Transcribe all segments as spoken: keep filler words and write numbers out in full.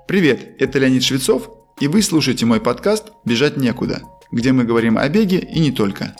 Привет, это Леонид Швецов, и вы слушаете мой подкаст «Бежать некуда», где мы говорим о беге и не только.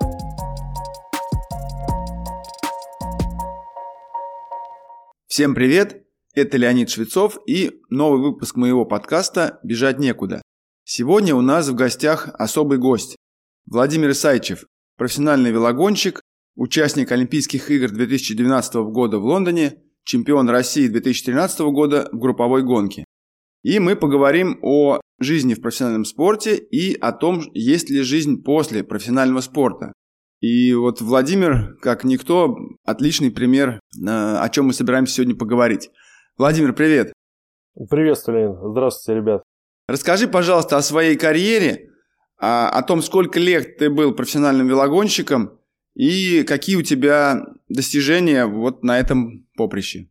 Всем привет, это Леонид Швецов и новый выпуск моего подкаста «Бежать некуда». Сегодня у нас в гостях особый гость – Владимир Исайчев, профессиональный велогонщик, участник Олимпийских игр две тысячи двенадцатого года в Лондоне, чемпион России две тысячи тринадцатого года в групповой гонке. И мы поговорим о жизни в профессиональном спорте и о том, есть ли жизнь после профессионального спорта. И вот Владимир, как никто, отличный пример, о чем мы собираемся сегодня поговорить. Владимир, привет. Приветствую, Леонид. Здравствуйте, ребят. Расскажи, пожалуйста, о своей карьере, о том, сколько лет ты был профессиональным велогонщиком и какие у тебя достижения вот на этом поприще.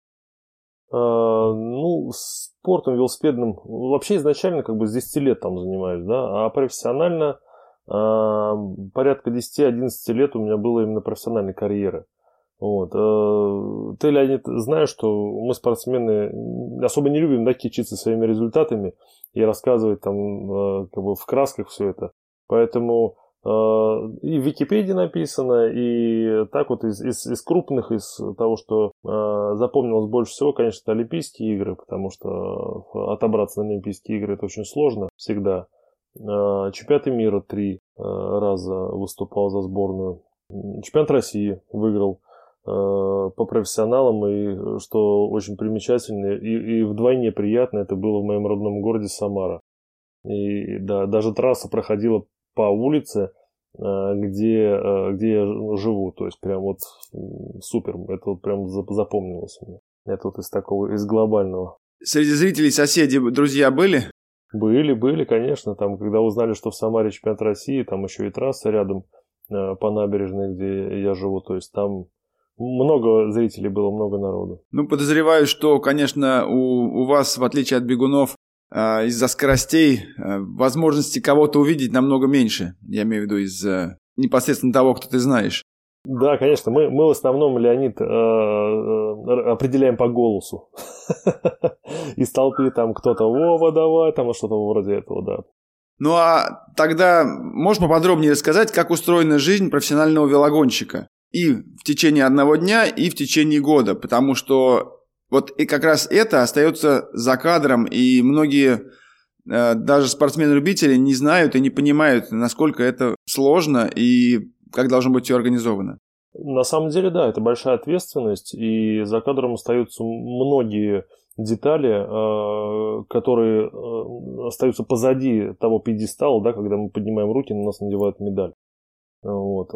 А, ну, спортом велосипедным вообще изначально как бы с десяти лет там занимаюсь, да, а профессионально а, порядка десять-одиннадцать лет у меня было именно профессиональной карьеры. Вот. А, ты, Леонид, знаешь, что мы, спортсмены, особо не любим, да, кичиться своими результатами и рассказывать там как бы в красках все это. Поэтому и в Википедии написано, и так вот из, из, из крупных, из того, что э, запомнилось больше всего, конечно, это Олимпийские игры, потому что отобраться на Олимпийские игры это очень сложно всегда. Э, чемпионаты мира три э, раза выступал за сборную. Чемпионат России выиграл э, по профессионалам, и что очень примечательно и, и вдвойне приятно, это было в моем родном городе Самара. И да, даже трасса проходила по улице, где, где я живу. То есть прям вот супер. Это вот прям запомнилось мне. Это вот из такого, из глобального. Среди зрителей соседи, друзья были? Были, были, конечно. Там, когда узнали, что в Самаре чемпионат России, там еще и трасса рядом по набережной, где я живу. То есть там много зрителей было, много народу. Ну, подозреваю, что, конечно, у, у вас, в отличие от бегунов, из-за скоростей возможности кого-то увидеть намного меньше. Я имею в виду из непосредственно того, кто ты знаешь. Да, конечно. Мы, мы в основном, Леонид, определяем по голосу. Из толпы там кто-то «Вова, давай», там что-то вроде этого, да. Ну, а тогда можешь поподробнее рассказать, как устроена жизнь профессионального велогонщика? И в течение одного дня, и в течение года. Потому что вот и как раз это остается за кадром, и многие, э, даже спортсмены-любители, не знают и не понимают, насколько это сложно и как должно быть все организовано. На самом деле, да, это большая ответственность, и за кадром остаются многие детали, э, которые э, остаются позади того пьедестала, да, когда мы поднимаем руки, на нас надевают медаль. Вот.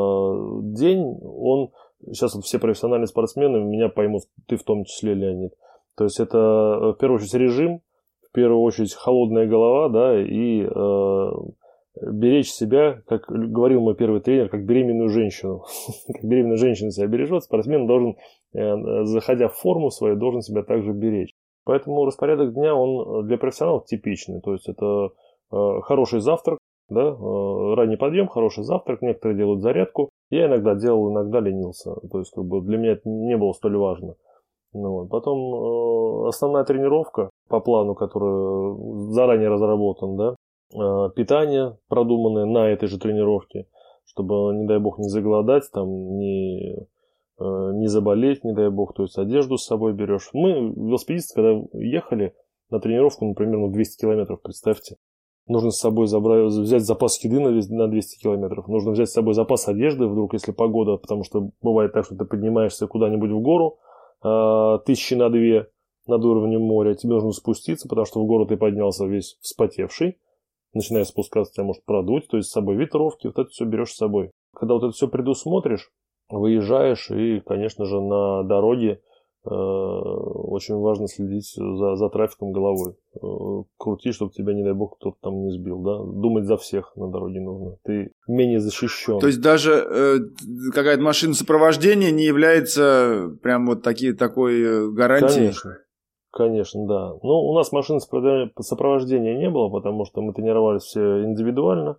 А день, он... Сейчас вот все профессиональные спортсмены меня поймут, ты в том числе, Леонид. То есть это в первую очередь режим, в первую очередь холодная голова, да, и э, беречь себя, как говорил мой первый тренер, как беременную женщину. Как беременная женщина себя бережет, спортсмен должен, э, заходя в форму свою, должен себя также беречь. Поэтому распорядок дня, он для профессионалов типичный. То есть это э, хороший завтрак, да, ранний подъем, хороший завтрак, некоторые делают зарядку. Я иногда делал, иногда ленился. То есть как бы для меня это не было столь важно. Ну, вот. Потом э, основная тренировка по плану, который заранее разработан, да, э, питание продуманное на этой же тренировке, чтобы, не дай бог, не заголодать, там, не, э, не заболеть, не дай бог, то есть одежду с собой берешь. Мы, велосипедисты, когда ехали на тренировку, например, ну, двести километров, представьте. Нужно с собой забрать, взять запас еды на двести километров. Нужно взять с собой запас одежды, вдруг, если погода, потому что бывает так, что ты поднимаешься куда-нибудь в гору, э, тысячи на две над уровнем моря, тебе нужно спуститься, потому что в гору ты поднялся весь вспотевший, начинаешь спускаться, тебя может продуть, то есть с собой ветровки, вот это все берешь с собой. Когда вот это все предусмотришь, выезжаешь, и, конечно же, на дороге э, очень важно следить за, за трафиком головой. Э, крути, чтобы тебя, не дай бог, кто-то там не сбил, да. Думать за всех на дороге нужно. Ты менее защищен. То есть даже э, какая-то машина сопровождения не является прям вот таки, такой гарантией? Конечно. Конечно, да. Ну, у нас машин сопровождения не было, потому что мы тренировались все индивидуально.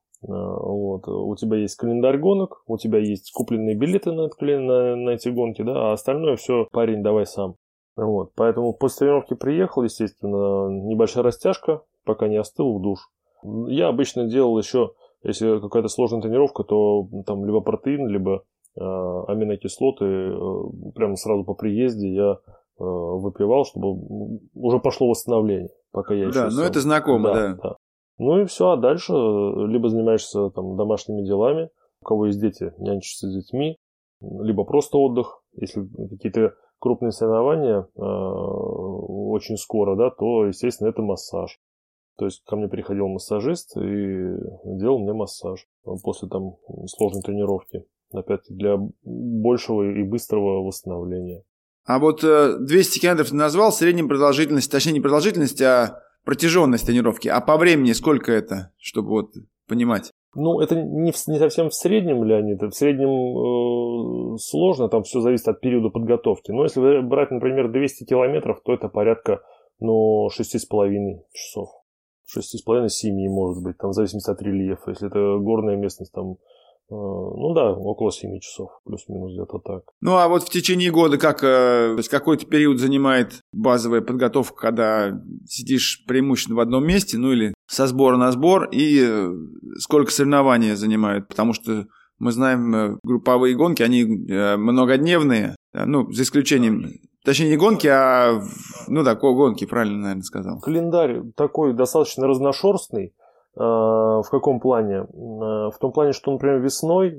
Вот. У тебя есть календарь гонок, у тебя есть купленные билеты на, на, на эти гонки, да, а остальное все, парень, давай сам. Вот. Поэтому после тренировки приехал, естественно, небольшая растяжка, пока не остыл, в душ. Я обычно делал еще, если какая-то сложная тренировка, то там либо протеин, либо э, аминокислоты э, прямо сразу по приезде я э, выпивал, чтобы уже пошло восстановление, пока я еще Да, ну это знакомо, да, да. да. Ну и все, а дальше либо занимаешься там домашними делами, у кого есть дети, нянчишься с детьми, либо просто отдых, если какие-то крупные соревнования э, очень скоро, да, то, естественно, это массаж. То есть ко мне приходил массажист и делал мне массаж после там сложной тренировки. Опять для большего и быстрого восстановления. А вот двести километров ты назвал, среднюю продолжительность, точнее не продолжительность, а протяженность тренировки. А по времени сколько это, чтобы вот понимать? Ну, это не, в, не совсем в среднем, Леонид. В среднем э, сложно, там все зависит от периода подготовки. Но если брать, например, двести километров, то это порядка, ну, шесть с половиной часов. шесть с половиной - семь, может быть, там, в зависимости от рельефа. Если это горная местность, там, э, ну да, около семи часов, плюс-минус где-то так. Ну, а вот в течение года как, э, то есть какой-то период занимает базовая подготовка, когда сидишь преимущественно в одном месте, ну или со сбора на сбор, и э, сколько соревнований занимают, потому что мы знаем, э, групповые гонки, они э, многодневные, э, ну, за исключением... Точнее, не гонки, а, ну да, гонки, правильно, наверное, сказал. Календарь такой достаточно разношерстный. В каком плане? В том плане, что, например, весной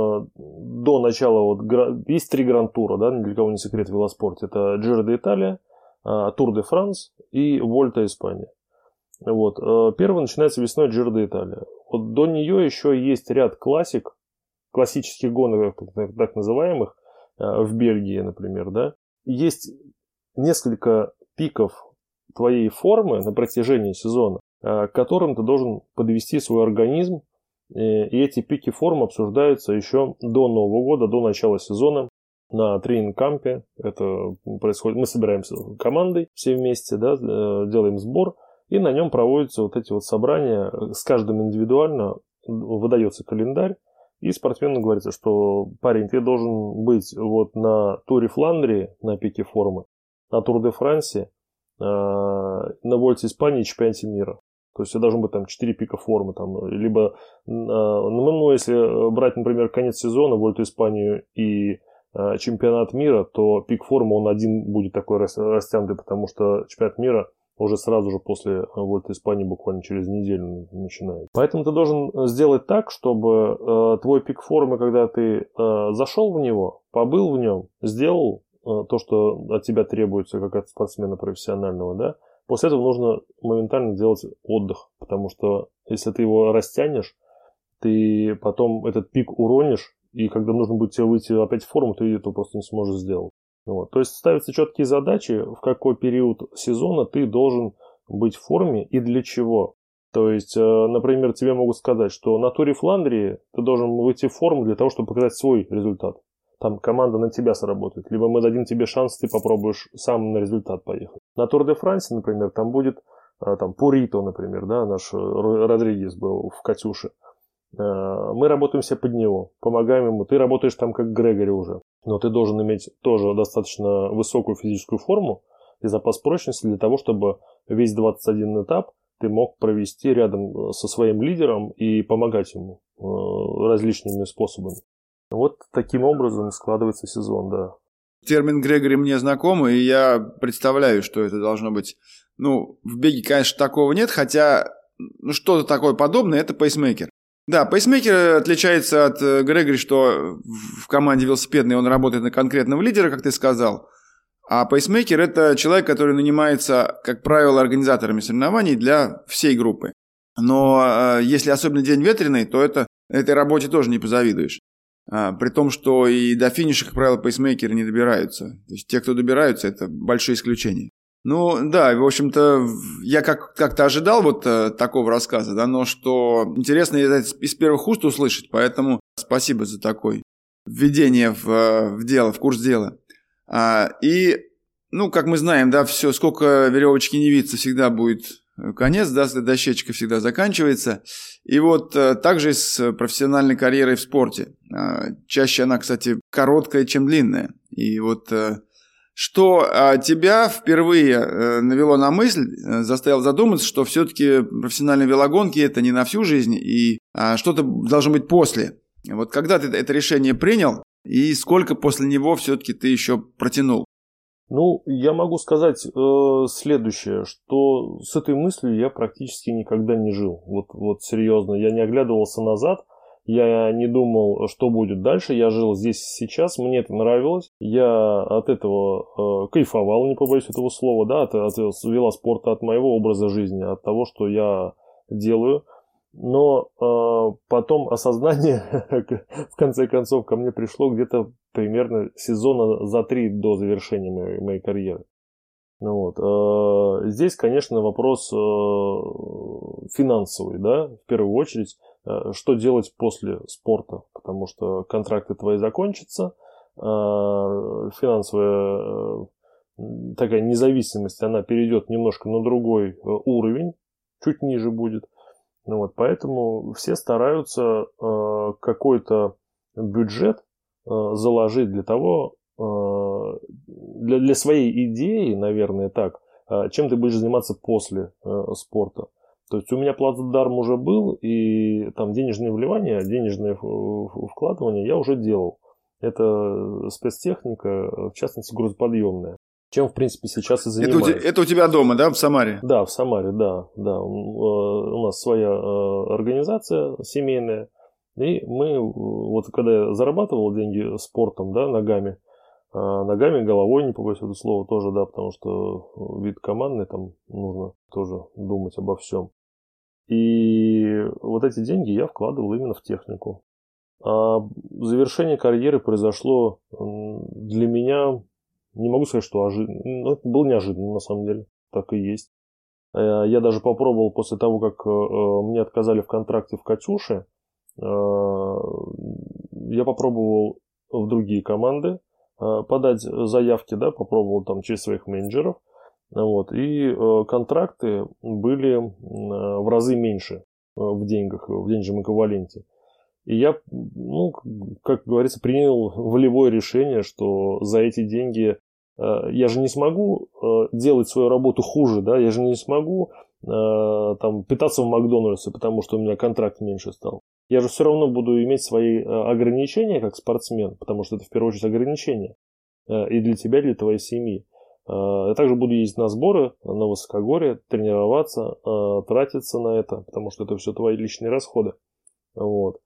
до начала, вот, есть три гран-тура, да, ни для кого не секрет в велоспорте. Это Giro d'Italia, Tour de France и Вольта Испания. Вот. Первый начинается весной Giro d'Italia. Вот до нее еще есть ряд классик, классических гонок, так называемых, в Бельгии, например, да. Есть несколько пиков твоей формы на протяжении сезона, к которым ты должен подвести свой организм. И эти пики формы обсуждаются еще до Нового года, до начала сезона на тренинг-кампе. Это происходит. Мы собираемся командой все вместе, да, делаем сбор, и на нем проводятся вот эти вот собрания. С каждым индивидуально выдается календарь. И спортсмену говорится, что, парень, ты должен быть вот на туре Фландрии, на пике формы, на Тур де Франции, э, на Вольте Испании и чемпионате мира. То есть, должен быть там четыре пика формы. Там, либо, э, ну, если брать, например, конец сезона, Вольту Испанию и э, чемпионат мира, то пик формы, он один будет такой растянутый, потому что чемпионат мира уже сразу же после Вольта Испании, буквально через неделю начинает. Поэтому ты должен сделать так, чтобы э, твой пик формы, когда ты э, зашел в него, побыл в нем, сделал э, то, что от тебя требуется, как от спортсмена профессионального, да, после этого нужно моментально делать отдых, потому что если ты его растянешь, ты потом этот пик уронишь, и когда нужно будет тебе выйти опять в форму, ты это просто не сможешь сделать. Вот. То есть ставятся четкие задачи, в какой период сезона ты должен быть в форме и для чего. То есть, например, тебе могут сказать, что на туре Фландрии ты должен выйти в форму для того, чтобы показать свой результат. Там команда на тебя сработает. Либо мы дадим тебе шанс, ты попробуешь сам на результат поехать. На Тур де Франции, например, там будет там Пурито, например, да, наш Родригес был в Катюше. Мы работаем все под него, помогаем ему. Ты работаешь там как Грегори уже, но ты должен иметь тоже достаточно высокую физическую форму и запас прочности для того, чтобы весь двадцать один этап ты мог провести рядом со своим лидером и помогать ему различными способами. Вот таким образом складывается сезон, да. Термин Грегори мне знаком, и я представляю, что это должно быть. Ну, в беге, конечно, такого нет, хотя ну, что-то такое подобное – это пейсмейкер. Да, пейсмейкер отличается от Грегори, что в команде велосипедной он работает на конкретного лидера, как ты сказал. А пейсмейкер – это человек, который нанимается, как правило, организаторами соревнований для всей группы. Но э, если особенно день ветреный, то это, этой работе тоже не позавидуешь. А, при том, что и до финиша, как правило, пейсмейкеры не добираются. То есть те, кто добираются, это большие исключения. Ну, да, в общем-то, я как- как-то ожидал вот э, такого рассказа, да, но что интересно это из первых уст услышать, поэтому спасибо за такое введение в, в дело, в курс дела. А, и, ну, как мы знаем, да, все, сколько веревочки не виться, всегда будет конец, да, дощечка всегда заканчивается. И вот а, также с профессиональной карьерой в спорте. А, чаще она, кстати, короткая, чем длинная. И вот а, что а, тебя впервые а, навело на мысль, а, заставило задуматься, что все-таки профессиональные велогонки это не на всю жизнь, и а, что-то должно быть после. Вот когда ты это решение принял, и сколько после него все-таки ты еще протянул? Ну, я могу сказать э, следующее, что с этой мыслью я практически никогда не жил. Вот, вот серьезно, я не оглядывался назад, я не думал, что будет дальше, я жил здесь и сейчас, мне это нравилось, я от этого э, кайфовал, не побоюсь этого слова, да, от, от велоспорта, от моего образа жизни, от того, что я делаю. Но э, потом осознание, в конце концов, ко мне пришло где-то примерно сезона за три до завершения моей, моей карьеры. Ну, вот. э, здесь, конечно, вопрос э, финансовый, да, в первую очередь, э, что делать после спорта, потому что контракты твои закончатся, э, финансовая э, такая независимость, она перейдет немножко на другой уровень, чуть ниже будет. Ну вот, поэтому все стараются э, какой-то бюджет э, заложить для того, э, для, для своей идеи, наверное, так, э, чем ты будешь заниматься после э, спорта. То есть у меня плацдарм уже был, и там денежные вливания, денежные вкладывания я уже делал. Это спецтехника, в частности грузоподъемная. Чем, в принципе, сейчас и занимаюсь. Это у, это у тебя дома, да, в Самаре? Да, в Самаре, да. да. У нас своя организация семейная. И мы, вот когда я зарабатывал деньги спортом, да, ногами, ногами, головой, не побоюсь этого слова, тоже, да, потому что вид командный, там нужно тоже думать обо всем. И вот эти деньги я вкладывал именно в технику. А завершение карьеры произошло для меня... Не могу сказать, что ожиданно. Это было неожиданно, на самом деле. Так и есть. Я даже попробовал после того, как мне отказали в контракте в «Катюше», я попробовал в другие команды подать заявки, да, попробовал там через своих менеджеров. Вот, и контракты были в разы меньше в деньгах, в денежном эквиваленте. И я, ну, как говорится, принял волевое решение, что за эти деньги я же не смогу делать свою работу хуже, да, я же не смогу там питаться в Макдональдсе, потому что у меня контракт меньше стал. Я же все равно буду иметь свои ограничения как спортсмен, потому что это в первую очередь ограничения и для тебя, и для твоей семьи. Я также буду ездить на сборы, на высокогорье, тренироваться, тратиться на это, потому что это все твои личные расходы. Вот.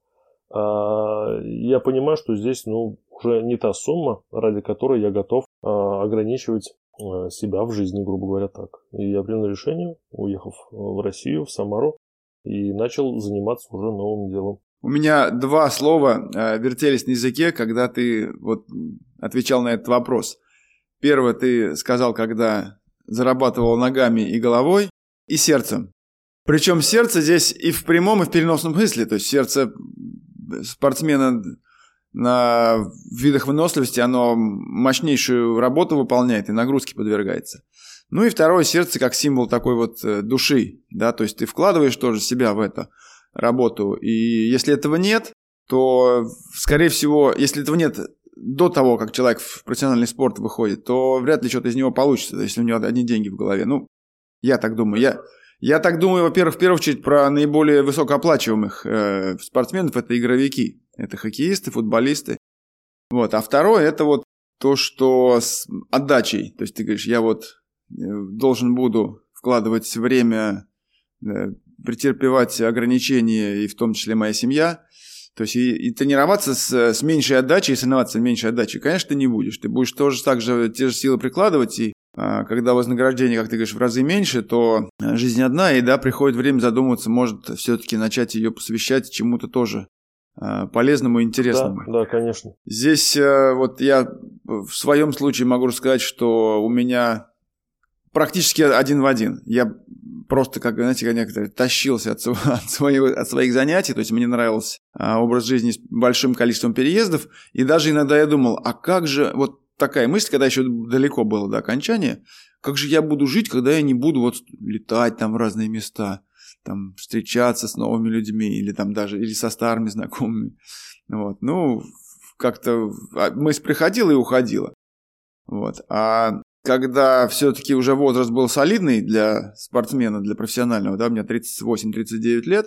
Я понимаю, что здесь, ну, уже не та сумма, ради которой я готов ограничивать себя в жизни, грубо говоря, так. И я принял решение, уехав в Россию, в Самару, и начал заниматься уже новым делом. У меня два слова вертелись на языке, когда ты вот отвечал на этот вопрос. Первое ты сказал, когда зарабатывал ногами и головой, и сердцем. Причем сердце здесь и в прямом, и в переносном смысле. То есть сердце спортсмена на видах выносливости, оно мощнейшую работу выполняет и нагрузки подвергается. Ну и второе, сердце как символ такой вот души, да, то есть ты вкладываешь тоже себя в эту работу, и если этого нет, то, скорее всего, если этого нет до того, как человек в профессиональный спорт выходит, то вряд ли что-то из него получится, если у него одни деньги в голове. Ну, я так думаю. Я, я так думаю, во-первых, в первую очередь про наиболее высокооплачиваемых э, спортсменов, это игровики, это хоккеисты, футболисты. Вот. А второе, это вот то, что с отдачей, то есть ты говоришь, я вот должен буду вкладывать время, претерпевать ограничения, и в том числе моя семья. То есть и, и тренироваться с, с меньшей отдачей, и соревноваться с меньшей отдачей, конечно, ты не будешь. Ты будешь тоже так же те же силы прикладывать, и а, когда вознаграждение, как ты говоришь, в разы меньше, то жизнь одна, и да, приходит время задумываться, может все-таки начать ее посвящать чему-то тоже а, полезному и интересному. Да, да, конечно. Здесь а, вот я в своем случае могу сказать, что у меня практически один в один. Я просто, как, знаете, как некоторые, тащился от, от, своего, от своих занятий, то есть мне нравился а, образ жизни с большим количеством переездов, и даже иногда я думал, а как же, вот такая мысль, когда еще далеко было до окончания, как же я буду жить, когда я не буду вот летать там в разные места, там встречаться с новыми людьми, или там даже, или со старыми знакомыми. Вот. Ну, как-то мысль приходила и уходила. Вот. А когда все-таки уже возраст был солидный для спортсмена, для профессионального, да, у меня тридцать восемь тридцать девять лет,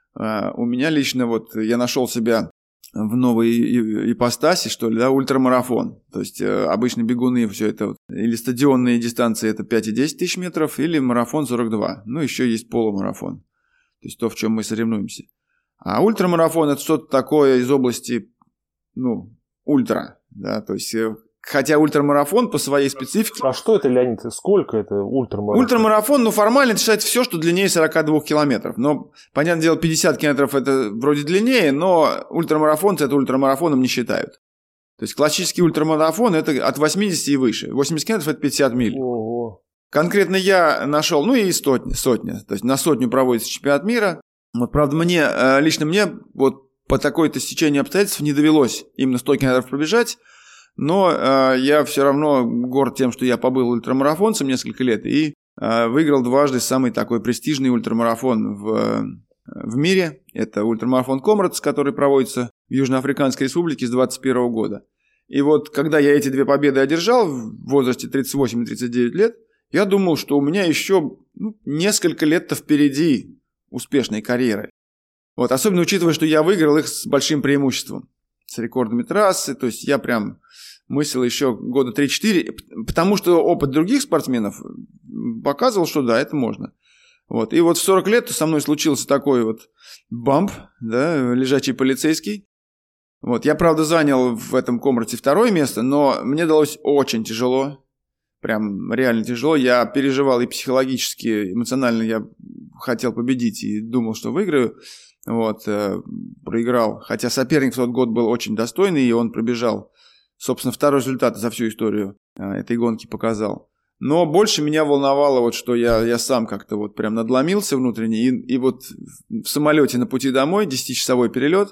у меня лично вот я нашел себя в новой ипостаси, что ли, да, ультрамарафон. То есть обычно бегуны все это, вот, или стадионные дистанции это пять и десять тысяч метров, или марафон сорок два. Ну, еще есть полумарафон. То есть то, в чем мы соревнуемся. А ультрамарафон это что-то такое из области, ну, ультра, да, то есть... Хотя ультрамарафон по своей специфике... А что это, Леонид? Сколько это ультрамарафон? Ультрамарафон, ну, формально это считается все, что длиннее сорок два километров. Но, понятное дело, пятьдесят километров это вроде длиннее, но ультрамарафонцы это ультрамарафоном не считают. То есть классический ультрамарафон это от восьмидесяти и выше. восемьдесят километров это пятьдесят миль. Ого. Конкретно я нашел, ну и сотня, сотня. То есть на сотню проводится чемпионат мира. Вот, правда, мне, лично мне вот по такой-то стечению обстоятельств не довелось именно сто километров пробежать. Но э, я все равно горд тем, что я побыл ультрамарафонцем несколько лет и э, выиграл дважды самый такой престижный ультрамарафон в, в мире. Это ультрамарафон Комрадс, который проводится в Южноафриканской Республике с двадцать первого года. И вот когда я эти две победы одержал в возрасте тридцать восемь и тридцать девять лет, я думал, что у меня еще ну, несколько лет-то впереди успешной карьеры. Вот, особенно учитывая, что я выиграл их с большим преимуществом, с рекордами трассы, то есть я прям мыслил еще года три-четыре, потому что опыт других спортсменов показывал, что да, это можно. Вот. И вот в сорок лет со мной случился такой вот бамп, да, лежачий полицейский. Вот. Я, правда, занял в этом Комрадсе второе место, но мне далось очень тяжело, прям реально тяжело. Я переживал и психологически, и эмоционально я хотел победить и думал, что выиграю. Вот, э, проиграл. Хотя соперник в тот год был очень достойный, и он пробежал, собственно, второй результат за всю историю э, этой гонки показал. Но больше меня волновало, вот, что я, я сам как-то вот прям надломился внутренне, и, и вот в самолете на пути домой, десятичасовой перелет,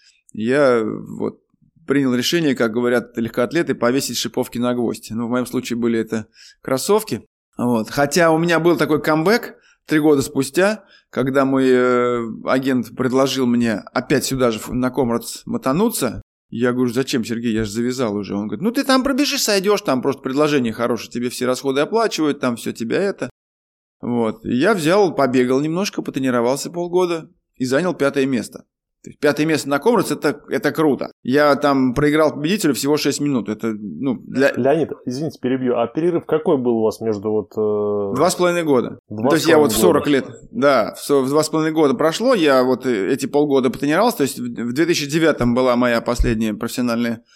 я вот принял решение, как говорят легкоатлеты, повесить шиповки на гвоздь. Ну, в моем случае были это кроссовки. Вот. Хотя у меня был такой камбэк три года спустя, когда мой э, агент предложил мне опять сюда же на Комрадс мотануться. Я говорю, зачем, Сергей, я же завязал уже. Он говорит, ну ты там пробежишь, сойдешь, там просто предложение хорошее, тебе все расходы оплачивают, там все тебя это. Вот. И я взял, побегал немножко, потренировался полгода и занял пятое место. То есть пятое место на Комрадс это, это круто. Я там проиграл победителю всего шесть минут. Это, ну, для... Леонид, извините, перебью. А перерыв какой был у вас между вот... Э... Два с половиной года. Два то есть я вот в сорок года. лет, да, в два с половиной года прошло, я вот эти полгода потренировался. То есть в две тысячи девятом была моя последняя профессиональная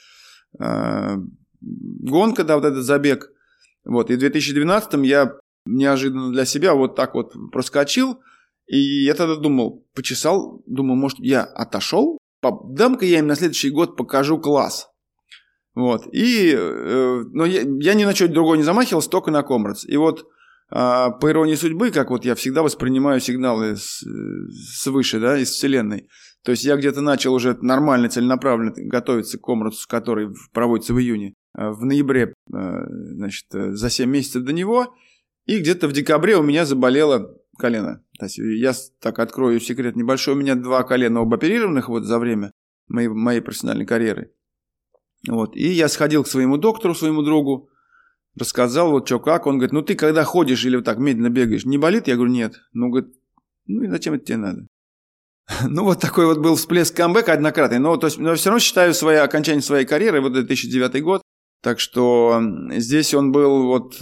э, гонка, да, вот этот забег. Вот, и в две тысячи двенадцатом я неожиданно для себя вот так вот проскочил. И я тогда думал, почесал, думал, может, я отошел? Дам-ка я им на следующий год покажу класс. Вот. И, э, но я, я ни на что другое не замахивался, только на Комрадс. И вот, э, по иронии судьбы, как вот я всегда воспринимаю сигналы с, свыше, да, из Вселенной. То есть я где-то начал уже нормально, целенаправленно готовиться к Комрадсу, который проводится в июне. В ноябре, э, значит, за семь месяцев до него. И где-то в декабре у меня заболело колено. То есть я так открою секрет небольшой. У меня два колена оба оперированных вот за время моей, моей профессиональной карьеры. Вот. И я сходил к своему доктору, своему другу, рассказал, вот что как. Он говорит, ну ты когда ходишь или вот так медленно бегаешь, не болит? Я говорю, нет. Ну, говорит, ну и зачем это тебе надо? Ну, вот такой вот был всплеск камбэка однократный. Но, то есть, но все равно считаю свое окончание своей карьеры, вот две тысячи девятый год. Так что здесь он был вот...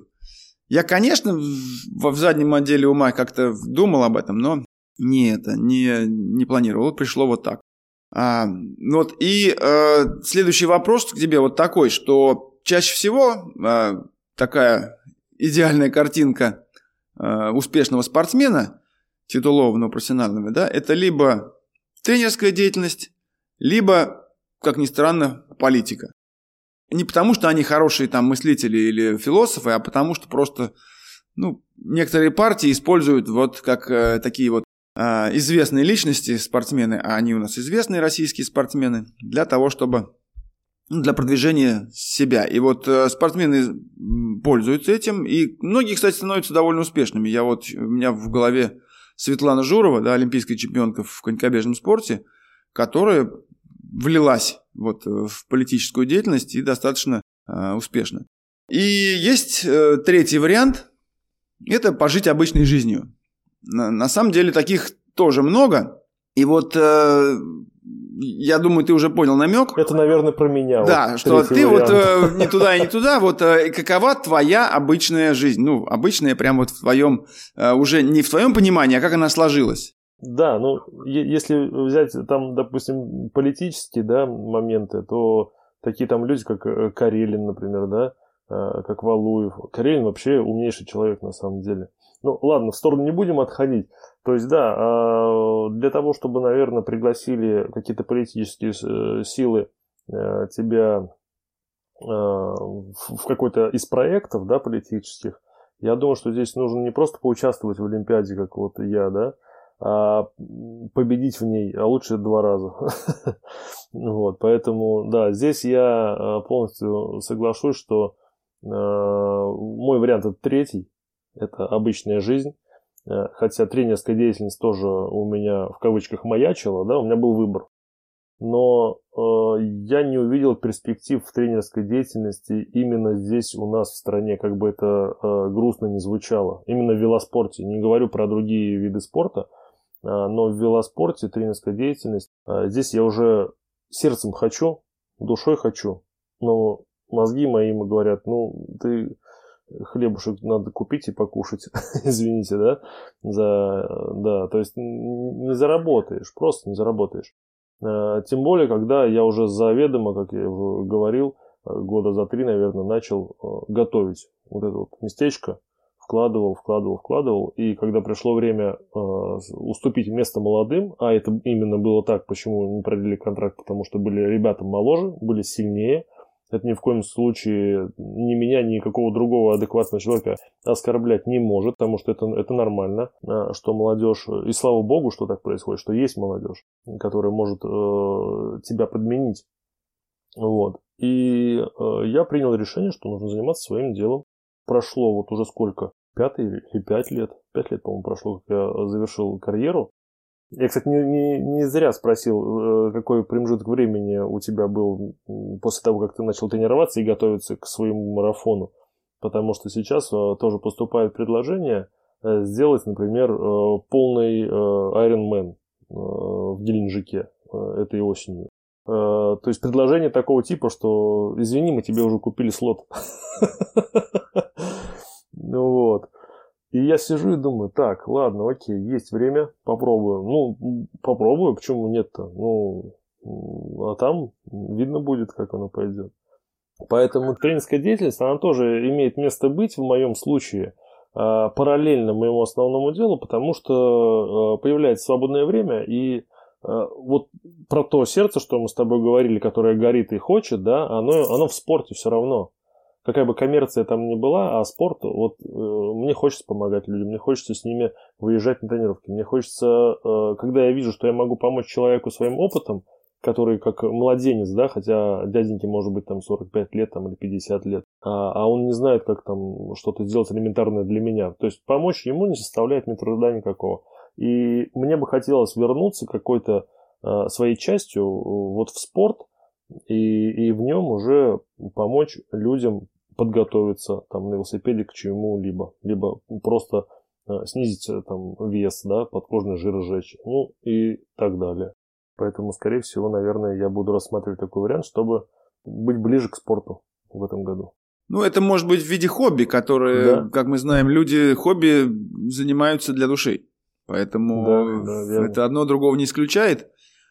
Я, конечно, в заднем отделе ума как-то думал об этом, но не это, не, не планировал. Вот пришло вот так. А, вот, и э, следующий вопрос к тебе вот такой, что чаще всего э, такая идеальная картинка э, успешного спортсмена, титулованного, профессионального, да, это либо тренерская деятельность, либо, как ни странно, политика. Не потому, что они хорошие там мыслители или философы, а потому, что просто ну, некоторые партии используют вот как э, такие вот э, известные личности, спортсмены, а они у нас известные российские спортсмены, для того, чтобы, ну, для продвижения себя. И вот э, спортсмены пользуются этим, и многие, кстати, становятся довольно успешными. Я вот, у меня в голове Светлана Журова, да, олимпийская чемпионка в конькобежном спорте, которая влилась вот в политическую деятельность и достаточно э, успешно. И есть э, третий вариант – это пожить обычной жизнью. На, на самом деле таких тоже много. И вот э, я думаю, ты уже понял намек. Это, наверное, про меня. Да, вот, что ты вариант. вот э, не туда и не туда. Вот э, какова твоя обычная жизнь? Ну, обычная прям вот в твоем, э, уже не в твоем понимании, а как она сложилась. Да, ну, если взять там, допустим, политические, да, моменты, то такие там люди, как Карелин, например, да, как Валуев. Карелин вообще умнейший человек на самом деле. Ну, ладно, в сторону не будем отходить. То есть, да, для того, чтобы, наверное, пригласили какие-то политические силы тебя в какой-то из проектов, да, политических, я думаю, что здесь нужно не просто поучаствовать в Олимпиаде, как вот я, да, а победить в ней, а лучше два раза. Вот, поэтому, да, здесь я полностью соглашусь, что мой вариант это третий, это обычная жизнь, хотя тренерская деятельность тоже у меня в кавычках маячила, да, у меня был выбор. Но э, я не увидел перспектив в тренерской деятельности именно здесь у нас в стране, как бы это э, грустно не звучало. Именно в велоспорте. Не говорю про другие виды спорта, э, но в велоспорте тренерская деятельность. Э, здесь я уже сердцем хочу, душой хочу, но мозги мои говорят, ну, ты хлебушек надо купить и покушать, извините, да, за, да, то есть не заработаешь, просто не заработаешь. Тем более, когда я уже заведомо, как я уже говорил, года за три, наверное, начал готовить вот это вот местечко, вкладывал, вкладывал, вкладывал, и когда пришло время уступить место молодым, а это именно было так, почему не продлили контракт, потому что были ребята моложе, были сильнее, это ни в коем случае ни меня, ни какого другого адекватного человека оскорблять не может, потому что это, это нормально, что молодежь, и слава богу, что так происходит, что есть молодежь, которая может э, тебя подменить. Вот. И э, я принял решение, что нужно заниматься своим делом. Прошло вот уже сколько? Пятый или пять лет? Пять лет, по-моему, прошло, как я завершил карьеру. Я, кстати, не, не, не зря спросил, какой промежуток времени у тебя был после того, как ты начал тренироваться и готовиться к своему марафону. Потому что сейчас тоже поступает предложение сделать, например, полный Ironman в Геленджике этой осенью. То есть предложение такого типа, что извини, мы тебе уже купили слот. Ну вот. И я сижу и думаю, так, ладно, окей, есть время, попробую. Ну, попробую, почему нет-то? Ну, а там видно будет, как оно пойдет. Поэтому тренерская деятельность, она тоже имеет место быть в моем случае параллельно моему основному делу, потому что появляется свободное время, и вот про то сердце, что мы с тобой говорили, которое горит и хочет, да, оно, оно в спорте все равно. Какая бы коммерция там ни была, а спорт, вот э, мне хочется помогать людям, мне хочется с ними выезжать на тренировки, мне хочется, э, когда я вижу, что я могу помочь человеку своим опытом, который как младенец, да, хотя дяденьке может быть там сорок пять лет там, или пятьдесят лет, а, а он не знает, как там что-то сделать элементарное для меня. То есть помочь ему не составляет мне труда никакого. И мне бы хотелось вернуться какой-то э, своей частью вот в спорт, и, и в нем уже помочь людям подготовиться там, на велосипеде к чему-либо, либо просто э, снизить там, вес, да, подкожный жир сжечь, ну и так далее. Поэтому, скорее всего, наверное, я буду рассматривать такой вариант, чтобы быть ближе к спорту в этом году. Ну, это может быть в виде хобби, которые, да. Как мы знаем, люди хобби занимаются для души. Поэтому да, да, это одно другого не исключает.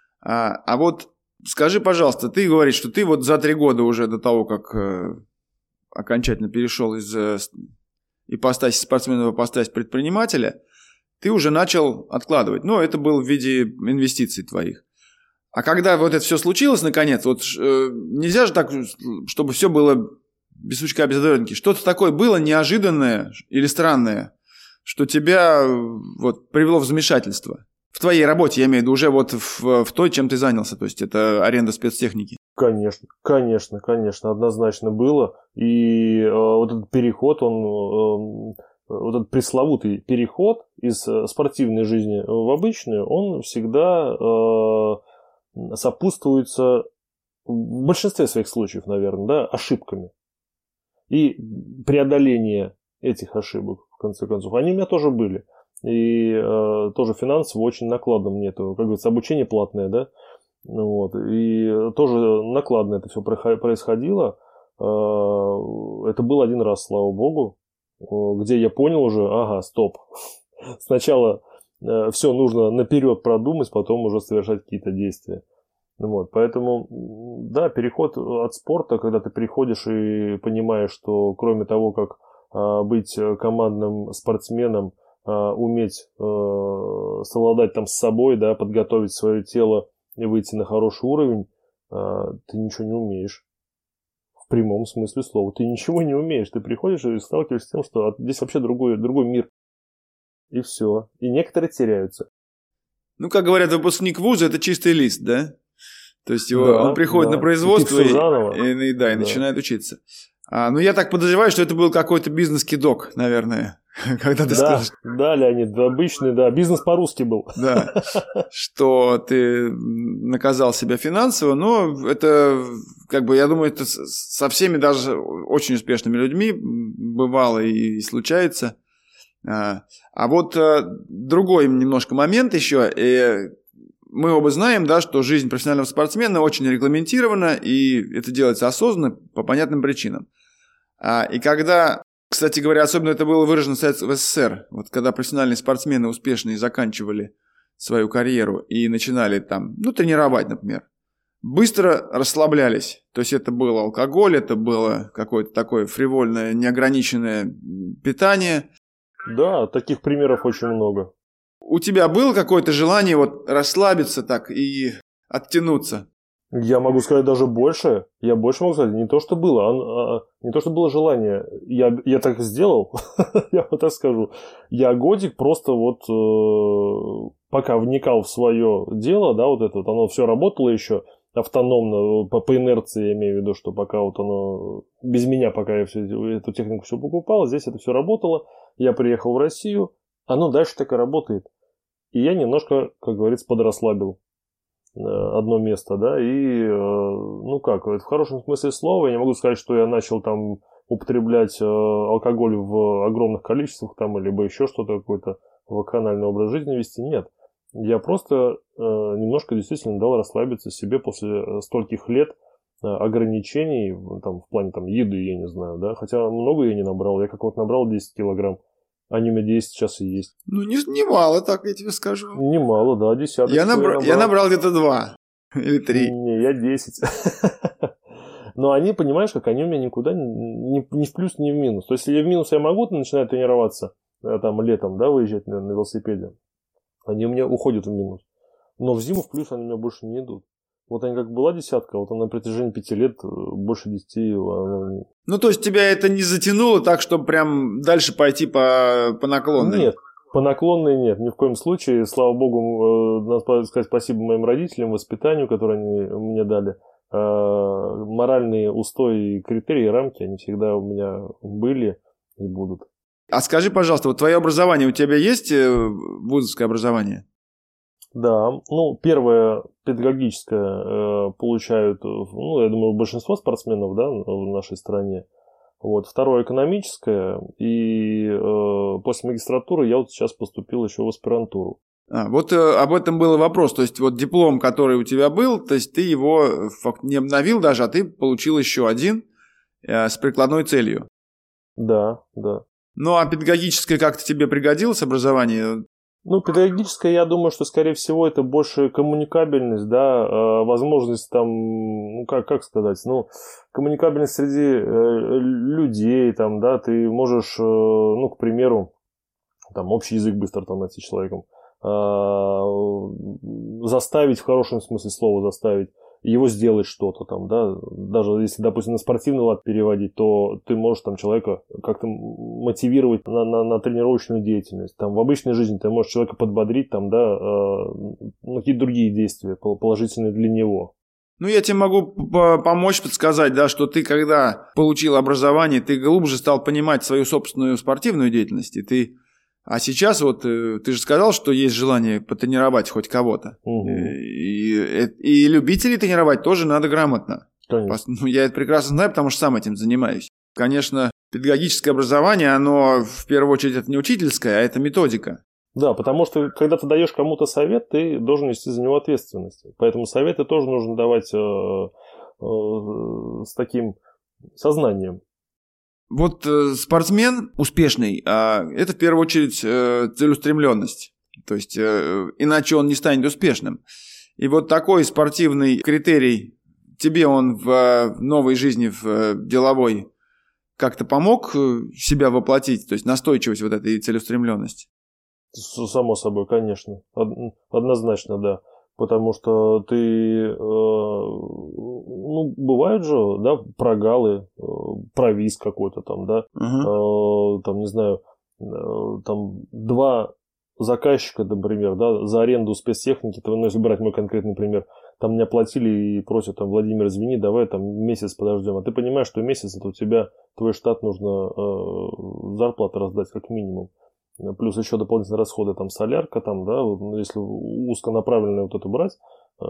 А, а вот скажи, пожалуйста, ты говоришь, что ты вот за три года уже до того, как э, окончательно перешел из э, ипостаси спортсмена в ипостась предпринимателя, ты уже начал откладывать. Ну, это было в виде инвестиций твоих. А когда вот это все случилось, наконец, вот э, нельзя же так, чтобы все было без сучка, без задоринки. Что-то такое было неожиданное или странное, что тебя вот привело в замешательство. В твоей работе, я имею в виду, уже вот в, в той, чем ты занялся, то есть это аренда спецтехники. Конечно, конечно, конечно, однозначно было. И э, вот этот переход, он, э, вот этот пресловутый переход из спортивной жизни в обычную, он всегда э, сопутствуется в большинстве своих случаев, наверное, да, ошибками. и преодоление этих ошибок, в конце концов, они у меня тоже были. И э, тоже финансово очень накладно мне это, как говорится, обучение платное, да, вот, и тоже накладно это все происходило. Э, это был один раз, слава богу, где я понял уже, ага, стоп, сначала э, все нужно наперед продумать, потом уже совершать какие-то действия. Вот, поэтому, да, переход от спорта, когда ты приходишь и понимаешь, что кроме того, как э, быть командным спортсменом, уметь э, совладать там с собой, да, подготовить свое тело и выйти на хороший уровень, э, ты ничего не умеешь. В прямом смысле слова. Ты ничего не умеешь. Ты приходишь и сталкиваешься с тем, что здесь вообще другой, другой мир. И все. И некоторые теряются. Ну, как говорят, выпускник вуза – это чистый лист, да? То есть его, да, он приходит да. на производство и, и, и, и, да, и да. начинает учиться. А, ну, я так подозреваю, что это был какой-то бизнес-кидок, наверное. Когда ты да, скажешь... да, Леонид, обычный, да, бизнес по-русски был. Да, что ты наказал себя финансово, но это, как бы, я думаю, это со всеми даже очень успешными людьми бывало и случается. А, а вот другой немножко момент еще. Мы оба знаем, да, что жизнь профессионального спортсмена очень регламентирована, и это делается осознанно по понятным причинам. А, и когда... Кстати говоря, особенно это было выражено в СССР. Вот когда профессиональные спортсмены успешные заканчивали свою карьеру и начинали там, ну, тренировать, например, быстро расслаблялись. То есть это был алкоголь, это было какое-то такое фривольное, неограниченное питание. Да, таких примеров очень много. У тебя было какое-то желание вот расслабиться так и оттянуться? Я могу сказать даже больше. Я больше могу сказать. Не то, что было, а, а, не то, что было желание. Я, я так сделал, я вот так скажу. Я годик просто вот э, пока вникал в свое дело, да, вот это вот, оно все работало еще автономно, по, по инерции, я имею в виду, что пока вот оно, без меня, пока я все, эту технику все покупал, здесь это все работало. Я приехал в Россию, оно дальше так и работает. И я немножко, как говорится, подрасслабил одно место, да, и, ну как, в хорошем смысле слова, я не могу сказать, что я начал там употреблять алкоголь в огромных количествах, там, либо еще что-то, какой-то вакханальный образ жизни вести, нет. Я просто немножко действительно дал расслабиться себе после стольких лет ограничений, там, в плане там еды, я не знаю, да, хотя много я не набрал, я как вот набрал десять килограмм. Они у меня десять сейчас и есть. Ну, не, немало, так я тебе скажу. Немало, да, десяток. Я, набра... набрал. я набрал где-то два или три. Не, я десять. Но они, понимаешь, как они у меня никуда ни, ни в плюс, ни в минус. То есть, если в минус я могу начинать тренироваться, там, летом, да, выезжать на, на велосипеде, они у меня уходят в минус. Но в зиму в плюс они у меня больше не идут. Вот они как была десятка, вот она на протяжении пяти лет больше десяти. Она... Ну, то есть тебя это не затянуло так, чтобы прям дальше пойти по, по наклонной? Нет, по наклонной нет, ни в коем случае. Слава богу, надо сказать спасибо моим родителям, воспитанию, которое они мне дали. Моральные устои, критерии, рамки, они всегда у меня были и будут. А скажи, пожалуйста, вот твое образование, у тебя есть вузовское образование? Да, ну, первое педагогическое э, получают, ну, я думаю, большинство спортсменов, да, в нашей стране. Вот, второе экономическое, и э, после магистратуры я вот сейчас поступил еще в аспирантуру. А, вот э, об этом был вопрос, то есть вот диплом, который у тебя был, то есть ты его не обновил даже, а ты получил еще один э, с прикладной целью. Да, да. Ну, а педагогическое как-то тебе пригодилось образование? Ну, педагогическое, я думаю, что, скорее всего, это больше коммуникабельность, да, э, возможность там, ну, как, как сказать, ну, коммуникабельность среди э, людей, там, да, ты можешь, э, ну, к примеру, там, общий язык быстро там найти с человеком, э, заставить, в хорошем смысле слова заставить, его сделать что-то там, да, даже если, допустим, на спортивный лад переводить, то ты можешь там человека как-то мотивировать на, на, на тренировочную деятельность, там в обычной жизни ты можешь человека подбодрить, там, да, э, ну, какие-то другие действия положительные для него. Ну, я тебе могу помочь подсказать, да, что ты, когда получил образование, ты глубже стал понимать свою собственную спортивную деятельность, и ты... А сейчас вот ты же сказал, что есть желание потренировать хоть кого-то. Угу. И, и, и любителей тренировать тоже надо грамотно. Конечно. Ну, я это прекрасно знаю, потому что сам этим занимаюсь. конечно, педагогическое образование, оно в первую очередь это не учительское, а это методика. Да, потому что когда ты даешь кому-то совет, ты должен нести за него ответственность. Поэтому советы тоже нужно давать э, э, с таким сознанием. Вот э, спортсмен успешный, э, это в первую очередь э, целеустремленность. То есть э, иначе он не станет успешным. И вот такой спортивный критерий тебе он в, в новой жизни, в э, деловой, как-то помог себя воплотить, то есть настойчивость вот этой целеустремленности? Само собой, конечно. Однозначно, да. Потому что ты... Э, ну, бывают же, да, прогалы, э, провиз какой-то там, да. Uh-huh. Э, там, не знаю, э, там два заказчика, например, да, за аренду спецтехники, ну, если брать мой конкретный пример, там мне оплатили и просят, там, Владимир, извини, давай там месяц подождем. А ты понимаешь, что месяц это у тебя, твой штат нужно э, зарплату раздать как минимум. Плюс еще дополнительные расходы, там, солярка, там, да, вот, если узконаправленное вот это брать, э,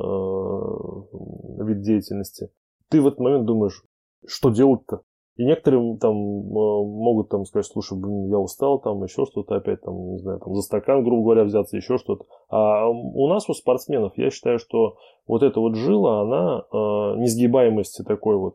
вид деятельности, ты в этот момент думаешь, что делать-то? И некоторые там могут там сказать, слушай, блин, я устал, там, еще что-то опять, там, не знаю, там, за стакан, грубо говоря, взяться, еще что-то. А у нас, у спортсменов, я считаю, что вот эта вот жила, она, э, несгибаемости такой вот,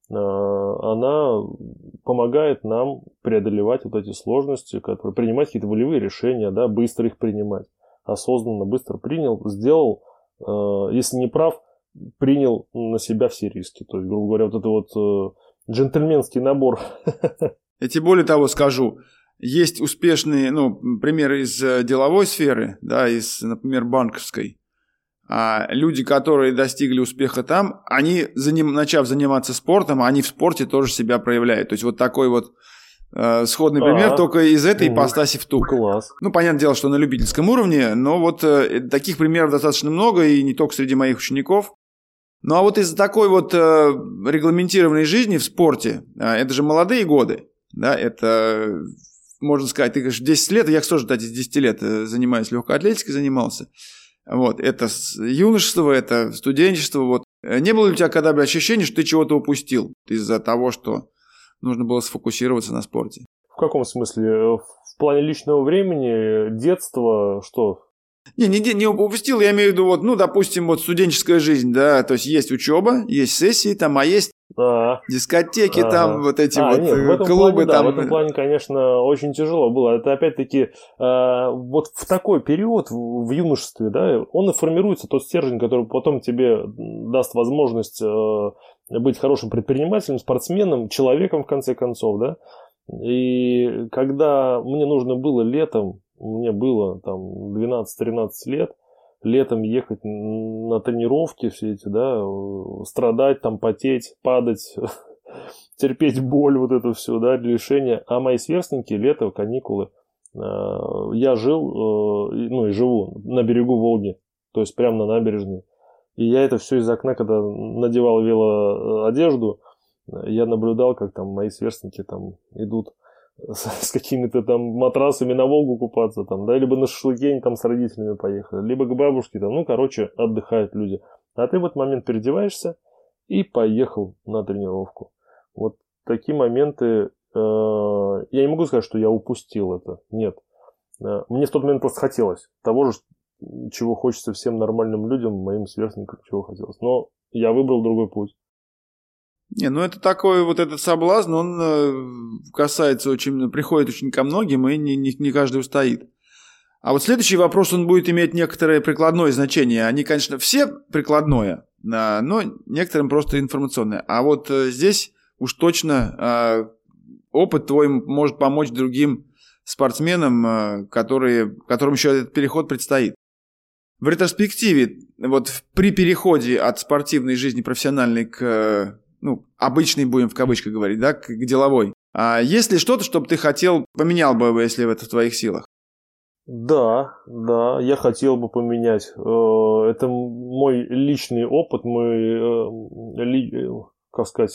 она помогает нам преодолевать вот эти сложности, которые, принимать какие-то волевые решения, да, быстро их принимать, осознанно, быстро принял, сделал, э, если не прав, принял на себя все риски. То есть, грубо говоря, вот это вот э, джентльменский набор. Я тебе более того скажу, есть успешные, ну, примеры из деловой сферы, да, из, например, банковской. А люди, которые достигли успеха там, они, заним, начав заниматься спортом, они в спорте тоже себя проявляют. То есть вот такой вот э, сходный пример, А-а-а. только из этой ипостаси в ту. Класс. Ну, понятное дело, что на любительском уровне, но вот э, таких примеров достаточно много, и не только среди моих учеников. Ну, а вот из-за такой вот э, регламентированной жизни в спорте, э, это же молодые годы, да, это, можно сказать, ты говоришь, десять лет, я, кстати, с десяти лет занимаюсь легкой атлетикой, занимался. Вот, это юношество, это студенчество. Вот. Не было ли у тебя когда-то ощущения, что ты чего-то упустил из-за того, что нужно было сфокусироваться на спорте? В каком смысле? В плане личного времени, детства, что? Не, не, не упустил, я имею в виду, вот, ну, допустим, вот студенческая жизнь, да, то есть есть учеба, есть сессии там, а есть а, дискотеки ага. там, вот эти а, вот нет, в этом клубы плане, там. Да, в этом плане, конечно, очень тяжело было. Это опять-таки э, вот в такой период, в, в юношестве, да, он и формируется тот стержень, который потом тебе даст возможность э, быть хорошим предпринимателем, спортсменом, человеком, в конце концов, да. И когда мне нужно было летом, мне было там двенадцать-тринадцать лет, летом ехать на тренировки все эти, да, страдать, там, потеть, падать, терпеть боль, вот это все, да, лишения. А мои сверстники, лето, каникулы, я жил, ну и живу на берегу Волги, то есть прямо на набережной. И я это все из окна, когда надевал велоодежду, я наблюдал, как там мои сверстники там идут с какими-то там матрасами на Волгу купаться, там, да, либо на шашлыки они там с родителями поехали, либо к бабушке, там, ну, короче, отдыхают люди. А ты в этот момент переодеваешься и поехал на тренировку. Вот такие моменты, э, я не могу сказать, что я упустил это, нет. Э, мне в тот момент просто хотелось того же, чего хочется всем нормальным людям, моим сверстникам, чего хотелось. Но я выбрал другой путь. Не, ну это такой вот этот соблазн, он э, касается очень, приходит очень ко многим, и не, не, не каждый устоит. А вот следующий вопрос, он будет иметь некоторое прикладное значение. Они, конечно, все прикладное, э, но некоторым просто информационное. А вот э, здесь уж точно э, опыт твой может помочь другим спортсменам, э, которые, которым еще этот переход предстоит. В ретроспективе, вот при переходе от спортивной жизни профессиональной к... ну, обычный, будем в кавычках говорить, да, к, к деловой. А есть ли что-то, что бы ты хотел, поменял бы, если это в твоих силах? Да, да, я хотел бы поменять. Это мой личный опыт, мой, как сказать,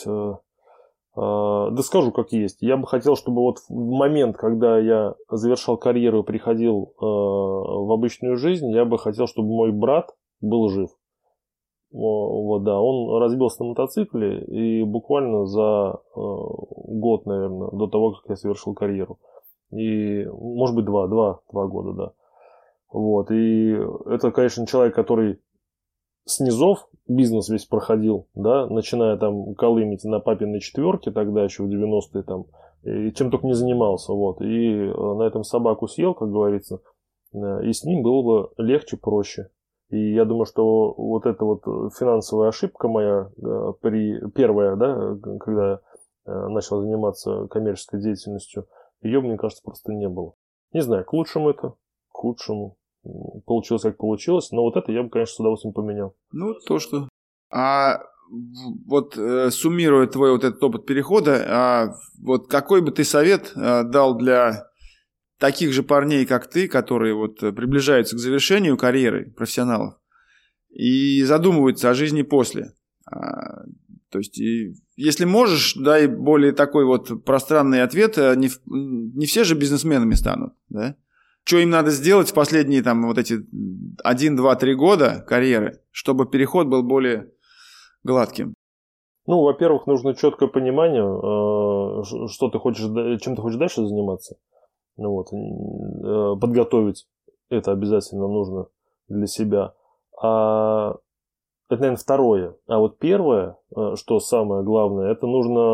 да скажу, как есть. Я бы хотел, чтобы вот в момент, когда я завершал карьеру и приходил в обычную жизнь, я бы хотел, чтобы мой брат был жив. Вот, да, он разбился на мотоцикле и буквально за э, год, наверное, до того, как я совершил карьеру. И, может быть, два, два, два года, да. Вот, и это, конечно, человек, который с низов бизнес весь проходил, да, начиная там колымить на папиной четверке тогда еще в девяностые там, и чем только не занимался, вот. И на этом собаку съел, как говорится, и с ним было бы легче, проще. И я думаю, что вот эта вот финансовая ошибка моя, при, первая, да, когда я начал заниматься коммерческой деятельностью, ее, мне кажется, просто не было. Не знаю, к лучшему это, к худшему. Получилось, как получилось, но вот это я бы, конечно, с удовольствием поменял. Ну, то, что... А вот э, суммируя твой вот этот опыт перехода, а, вот какой бы ты совет а, дал для таких же парней, как ты, которые вот приближаются к завершению карьеры профессионалов и задумываются о жизни после? А, то есть, и, если можешь, дай более такой вот пространный ответ. Не, не все же бизнесменами станут, да? Что им надо сделать в последние там вот эти один, два, три года карьеры, чтобы переход был более гладким? Ну, во-первых, нужно четкое понимание, что ты хочешь, чем ты хочешь дальше заниматься. Вот. Подготовить это обязательно нужно для себя. А это, наверное, второе. А вот первое, что самое главное, это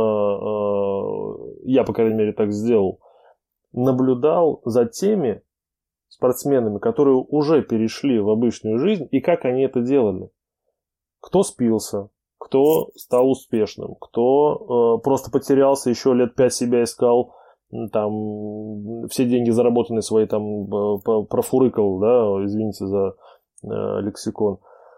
нужно, я, по крайней мере, так сделал, наблюдал за теми спортсменами, которые уже перешли в обычную жизнь, и как они это делали. Кто спился, кто стал успешным, кто э, просто потерялся, еще лет пять себя искал, там, все деньги заработанные свои там профурыкал, да, извините за э, лексикон.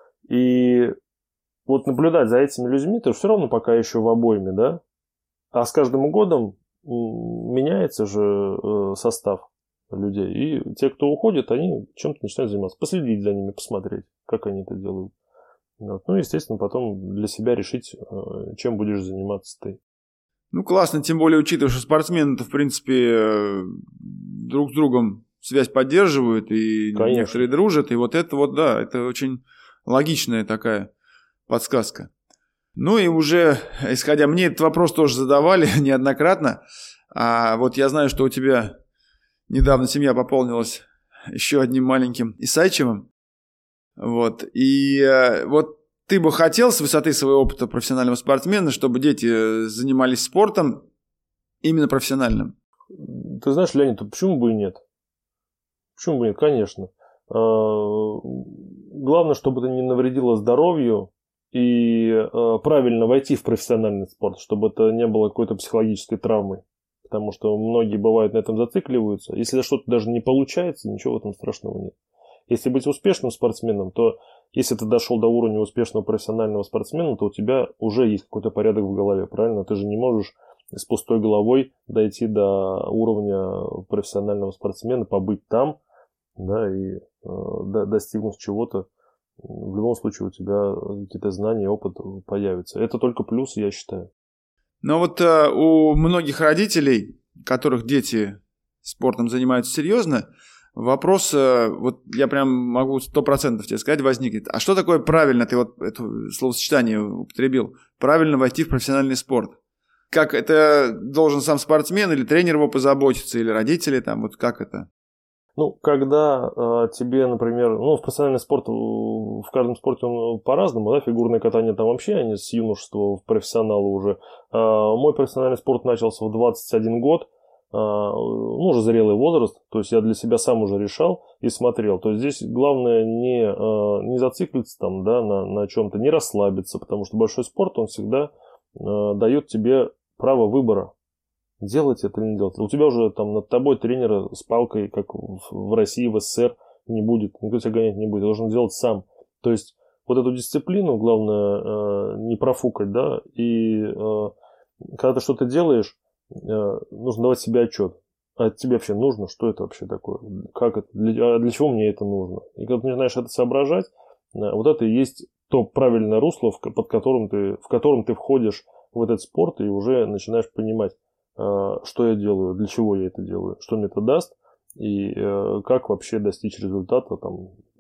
И вот наблюдать за этими людьми, то все равно пока еще в обойме, да, а с каждым годом меняется же э, состав людей. И те, кто уходит, они чем-то начинают заниматься. Последить за ними, посмотреть, как они это делают. Вот. Ну, естественно, потом для себя решить, чем будешь заниматься ты. Ну, классно, тем более учитывая, что спортсмены-то, в принципе, друг с другом связь поддерживают, и Конечно. Некоторые дружат, и вот это вот, да, это очень логичная такая подсказка. Ну, и уже, исходя, мне этот вопрос тоже задавали неоднократно, а вот я знаю, что у тебя недавно семья пополнилась еще одним маленьким Исайчевым. Вот. И э, вот ты бы хотел с высоты своего опыта профессионального спортсмена, чтобы дети занимались спортом именно профессиональным? Ты знаешь, Леонид, почему бы и нет? Почему бы и нет? Конечно. Главное, чтобы это не навредило здоровью и правильно войти в профессиональный спорт, чтобы это не было какой-то психологической травмой. Потому что многие, бывают, на этом зацикливаются. Если что-то даже не получается, ничего в этом страшного нет. Если быть успешным спортсменом, то если ты дошел до уровня успешного профессионального спортсмена, то у тебя уже есть какой-то порядок в голове, правильно? Ты же не можешь с пустой головой дойти до уровня профессионального спортсмена, побыть там, да, и э, достигнуть чего-то. В любом случае у тебя какие-то знания, опыт появятся. Это только плюс, я считаю. Но вот э, у многих родителей, которых дети спортом занимаются серьезно, вопрос, э, вот я прям могу сто процентов тебе сказать, возникнет. А что такое правильно, ты вот это словосочетание употребил, правильно войти в профессиональный спорт? Как это должен сам спортсмен или тренер его позаботиться, или родители там, вот как это? Ну, когда э, тебе, например, ну, в профессиональный спорт, в каждом спорте он по-разному, да, фигурное катание там вообще, они с юношества в профессионалы уже. Э, мой профессиональный спорт начался в двадцать один год, э, ну, уже зрелый возраст, то есть я для себя сам уже решал и смотрел. То есть здесь главное не, э, не зациклиться там, да, на, на чем-то, не расслабиться, потому что большой спорт, он всегда э, дает тебе право выбора. Делать это или не делать. У тебя уже там над тобой тренера с палкой, как в России, в СССР, не будет. Никто тебя гонять не будет. Ты должен делать сам. То есть вот эту дисциплину главное не профукать, да, и когда ты что-то делаешь, нужно давать себе отчет. А тебе вообще нужно? Что это вообще такое? Как это? Для, для чего мне это нужно? И когда ты начинаешь это соображать, вот это и есть то правильное русло, под которым ты, в котором ты входишь в этот спорт и уже начинаешь понимать, что я делаю, для чего я это делаю, что мне это даст и э, как вообще достичь результата там,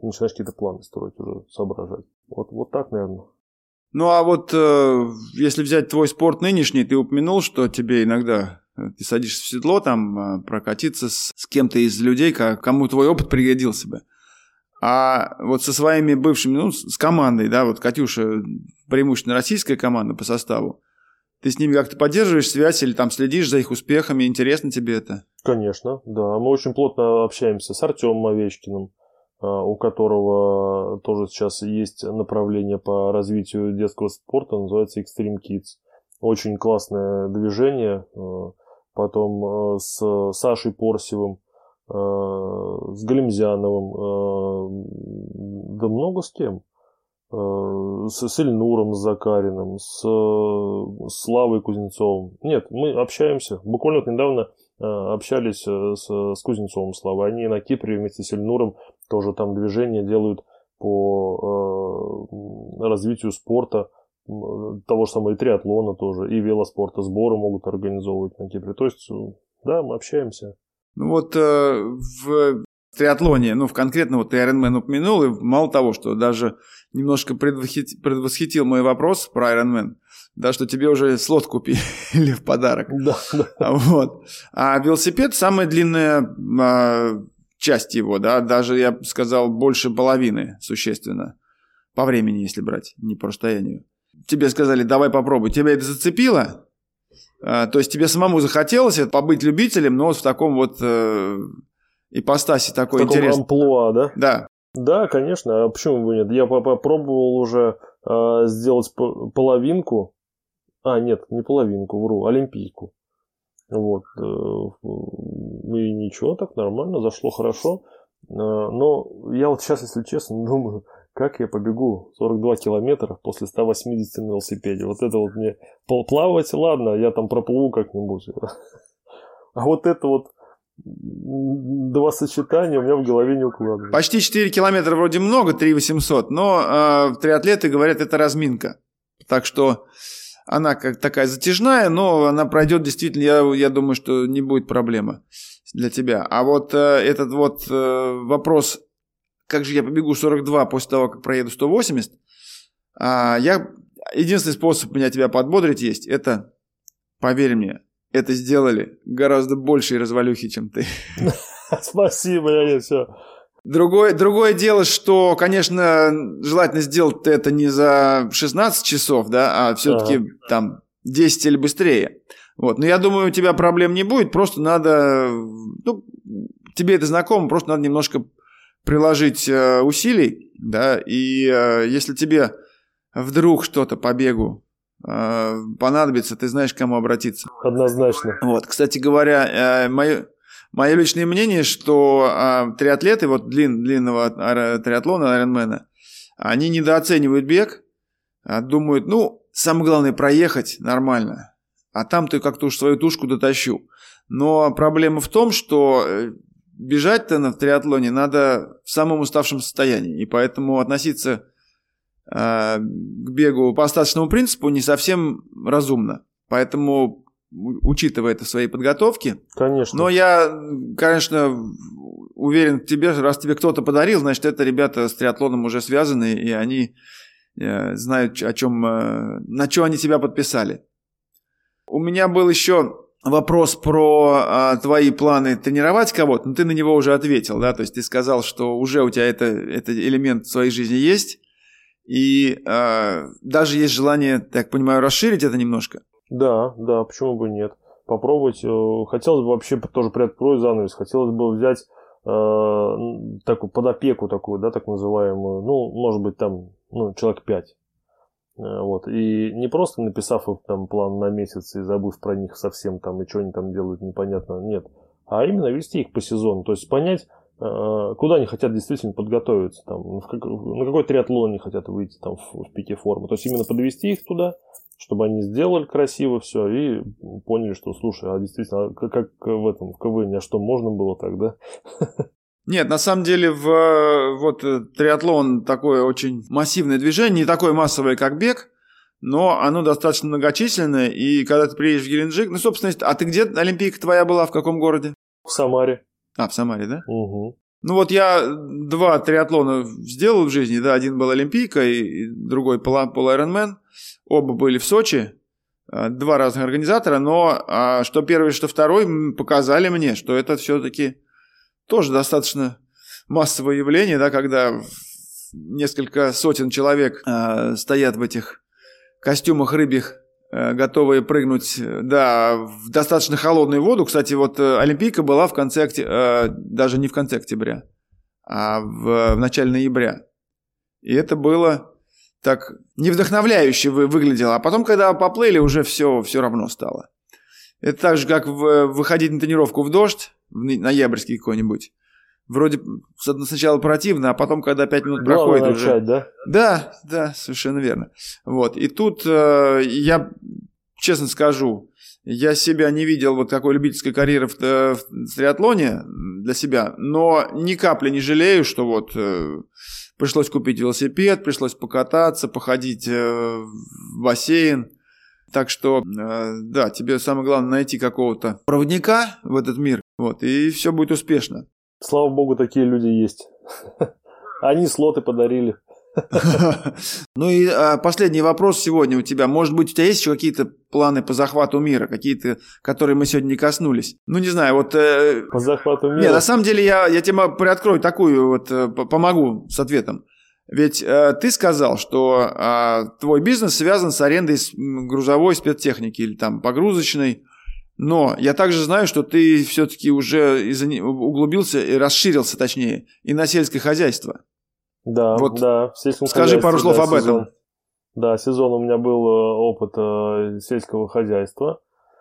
начинаешь какие-то планы строить уже, соображать. Вот, вот так, наверное. Ну, а вот э, если взять твой спорт нынешний, ты упомянул, что тебе иногда ты садишься в седло, там, прокатиться с, с кем-то из людей, кому твой опыт пригодился бы. А вот со своими бывшими, ну, с командой, да, вот Катюша преимущественно российская команда по составу, ты с ними как-то поддерживаешь связь или там следишь за их успехами, интересно тебе это? Конечно, да. Мы очень плотно общаемся с Артемом Овечкиным, у которого тоже сейчас есть направление по развитию детского спорта, называется Extreme Kids. Очень классное движение. Потом с Сашей Порсевым, с Галимзяновым, да много с кем. С, с Ильнуром, с Закариным, с, с Славой Кузнецовым. Нет, мы общаемся. Буквально вот недавно общались с, с Кузнецовым Славой. Они на Кипре вместе с Ильнуром тоже там движения делают по э, развитию спорта, того же самого и триатлона тоже, и велоспорта, сборы могут организовывать на Кипре. То есть, да, мы общаемся. Ну вот э, в триатлоне, ну в конкретно вот ты Ironman упомянул, и мало того, что даже немножко предвосхитил, предвосхитил мой вопрос про Ironman, да, что тебе уже слот купили в подарок. Да, да. Вот. А велосипед самая длинная а, часть его, да, даже я бы сказал больше половины существенно по времени, если брать, не по расстоянию. Тебе сказали, давай попробуй. Тебя это зацепило? А, то есть тебе самому захотелось это, побыть любителем, но вот в таком вот э, ипостаси такой интересный. В таком амплуа, да? Да. Да, конечно. А почему бы нет? Я попробовал уже э, сделать половинку. А, нет, не половинку, вру, олимпийку. Вот. И ничего, так нормально, зашло хорошо. Но я вот сейчас, если честно, думаю, как я побегу сорок два километра после ста восьмидесяти на велосипеде. Вот это вот мне... Плавать, ладно, я там проплыву как-нибудь. А вот это вот два сочетания у меня в голове не укладывается. Почти четыре километра вроде много, три тысячи восемьсот, но э, триатлеты говорят, это разминка. Так что она как такая затяжная, но она пройдет действительно, я, я думаю, что не будет проблемы для тебя. А вот э, этот вот э, вопрос, как же я побегу сорок два после того, как проеду сто восемьдесят, э, я, единственный способ меня тебя подбодрить есть, это, поверь мне, это сделали гораздо большие развалюхи, чем ты. Спасибо, я не все. Другое, другое дело, что, конечно, желательно сделать это не за шестнадцать часов, да, а все-таки ага. там десять или быстрее. Вот. Но я думаю, у тебя проблем не будет, просто надо, ну, тебе это знакомо, просто надо немножко приложить э, усилий, да, и э, если тебе вдруг что-то по бегу э, понадобится, ты знаешь, к кому обратиться. Однозначно. Вот, кстати говоря, э, мое... Мое личное мнение, что а, триатлеты вот длин, длинного триатлона, айронмена, они недооценивают бег, а, думают, ну, самое главное проехать нормально, а там-то как-то уж свою тушку дотащу. Но проблема в том, что бежать-то на триатлоне надо в самом уставшем состоянии, и поэтому относиться а, к бегу по остаточному принципу не совсем разумно. Поэтому... учитывая это в своей подготовке. Конечно. Но я, конечно, уверен в тебе, раз тебе кто-то подарил, значит, это ребята с триатлоном уже связаны, и они э, знают, о чем, э, на что они тебя подписали. У меня был еще вопрос про э, твои планы тренировать кого-то, но ты на него уже ответил, да, то есть ты сказал, что уже у тебя это, это элемент в своей жизни есть, и э, даже есть желание, так понимаю, расширить это немножко. Да, да, почему бы нет. Попробовать. Хотелось бы вообще тоже приоткрою занавес. Хотелось бы взять э, такую под опеку такую, да, так называемую. Ну, может быть, там, ну, человек пять. Вот. И не просто написав там план на месяц и забыв про них совсем там, и что они там делают, непонятно, нет. А именно вести их по сезону. То есть понять, э, куда они хотят действительно подготовиться. Там, в как, на какой триатлон они хотят выйти там, в, в пике формы. То есть именно подвести их туда, чтобы они сделали красиво все и поняли, что, слушай, а действительно, как, как в этом, в КВН, а что, можно было тогда? Нет, на самом деле в, вот, триатлон такое очень массивное движение, не такое массовое, как бег, но оно достаточно многочисленное, и когда ты приедешь в Геленджик, ну, собственно, а ты где, Олимпийка твоя была, в каком городе? В Самаре. А, в Самаре, да? Угу. Ну вот я два триатлона сделал в жизни, да, один был Олимпийка и другой Пол-Айронмен, оба были в Сочи, два разных организатора, но что первый, что второй показали мне, что это все-таки тоже достаточно массовое явление, да, когда несколько сотен человек стоят в этих костюмах рыбьих, готовые прыгнуть, да, в достаточно холодную воду. Кстати, вот Олимпийка была в конце октября, даже не в конце октября, а в, в начале ноября. И это было так не вдохновляюще выглядело. А потом, когда поплыли, уже все, все равно стало. Это так же, как в, выходить на тренировку в дождь, в ноябрьский какой-нибудь. Вроде сначала противно, а потом, когда пять минут Главное проходит, начать, уже... да? Да, да, совершенно верно. Вот. И тут э, я, честно скажу, я себя не видел вот такой любительской карьеры в, в триатлоне для себя, но ни капли не жалею, что вот э, пришлось купить велосипед, пришлось покататься, походить э, в бассейн. Так что, э, да, тебе самое главное найти какого-то проводника в этот мир, вот, и все будет успешно. Слава богу, такие люди есть. Они слоты подарили. Ну и а, последний вопрос сегодня у тебя. Может быть, у тебя есть еще какие-то планы по захвату мира, какие-то, которые мы сегодня не коснулись? Ну, не знаю, вот... Э... По захвату мира? Нет, на самом деле я, я тебе приоткрою такую вот, э, помогу с ответом. Ведь э, ты сказал, что э, твой бизнес связан с арендой грузовой спецтехники или там погрузочной. Но я также знаю, что ты все-таки уже углубился и расширился, точнее, и на сельское хозяйство. Да, вот да. В сельском скажи пару слов да, об сезон. этом. Да, сезон у меня был опыт э, сельского хозяйства.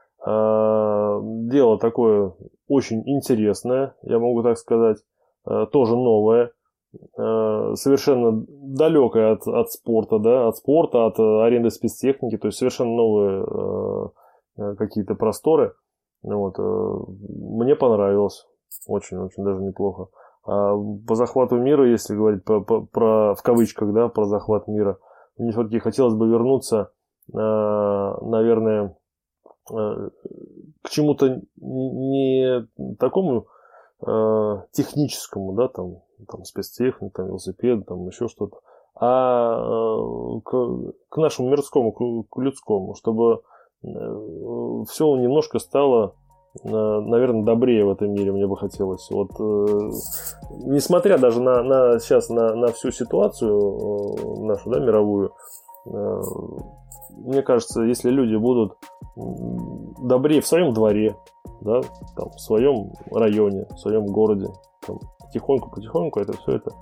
Э, дело такое очень интересное, я могу так сказать, э, тоже новое, э, совершенно далекое от, от спорта, да, от спорта, от аренды спецтехники, то есть совершенно новые э, какие-то просторы. Вот, э, мне понравилось, очень-очень даже неплохо. А по захвату мира, если говорить по, по, про, в кавычках, да, про захват мира, мне все-таки хотелось бы вернуться, э, наверное, э, к чему-то не такому э, техническому, да, там, там спецтехника, там, велосипед, там, еще что-то, а э, к, к нашему мирскому, к, к людскому, чтобы э, все немножко стало, наверное, добрее в этом мире, мне бы хотелось. Вот, э, несмотря даже на, на сейчас на, на всю ситуацию э, нашу, да, мировую, э, мне кажется, если люди будут добрее в своем дворе, да, там, в своем районе, в своем городе, там, потихоньку-потихоньку это все это,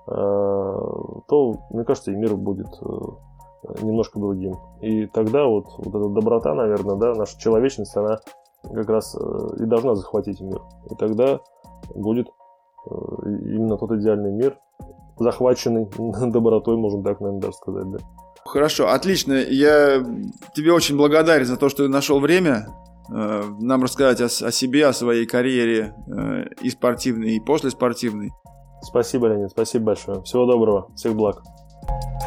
э, то, мне кажется, и мир будет э, немножко другим. И тогда вот, вот эта доброта, наверное, да, наша человечность, она как раз и должна захватить мир. И тогда будет именно тот идеальный мир, захваченный добротой, можно так, наверное, даже сказать, да. Хорошо, отлично. Я тебе очень благодарен за то, что ты нашел время нам рассказать о, о себе, о своей карьере и спортивной, и послеспортивной. Спасибо, Леонид, спасибо большое. Всего доброго, всех благ.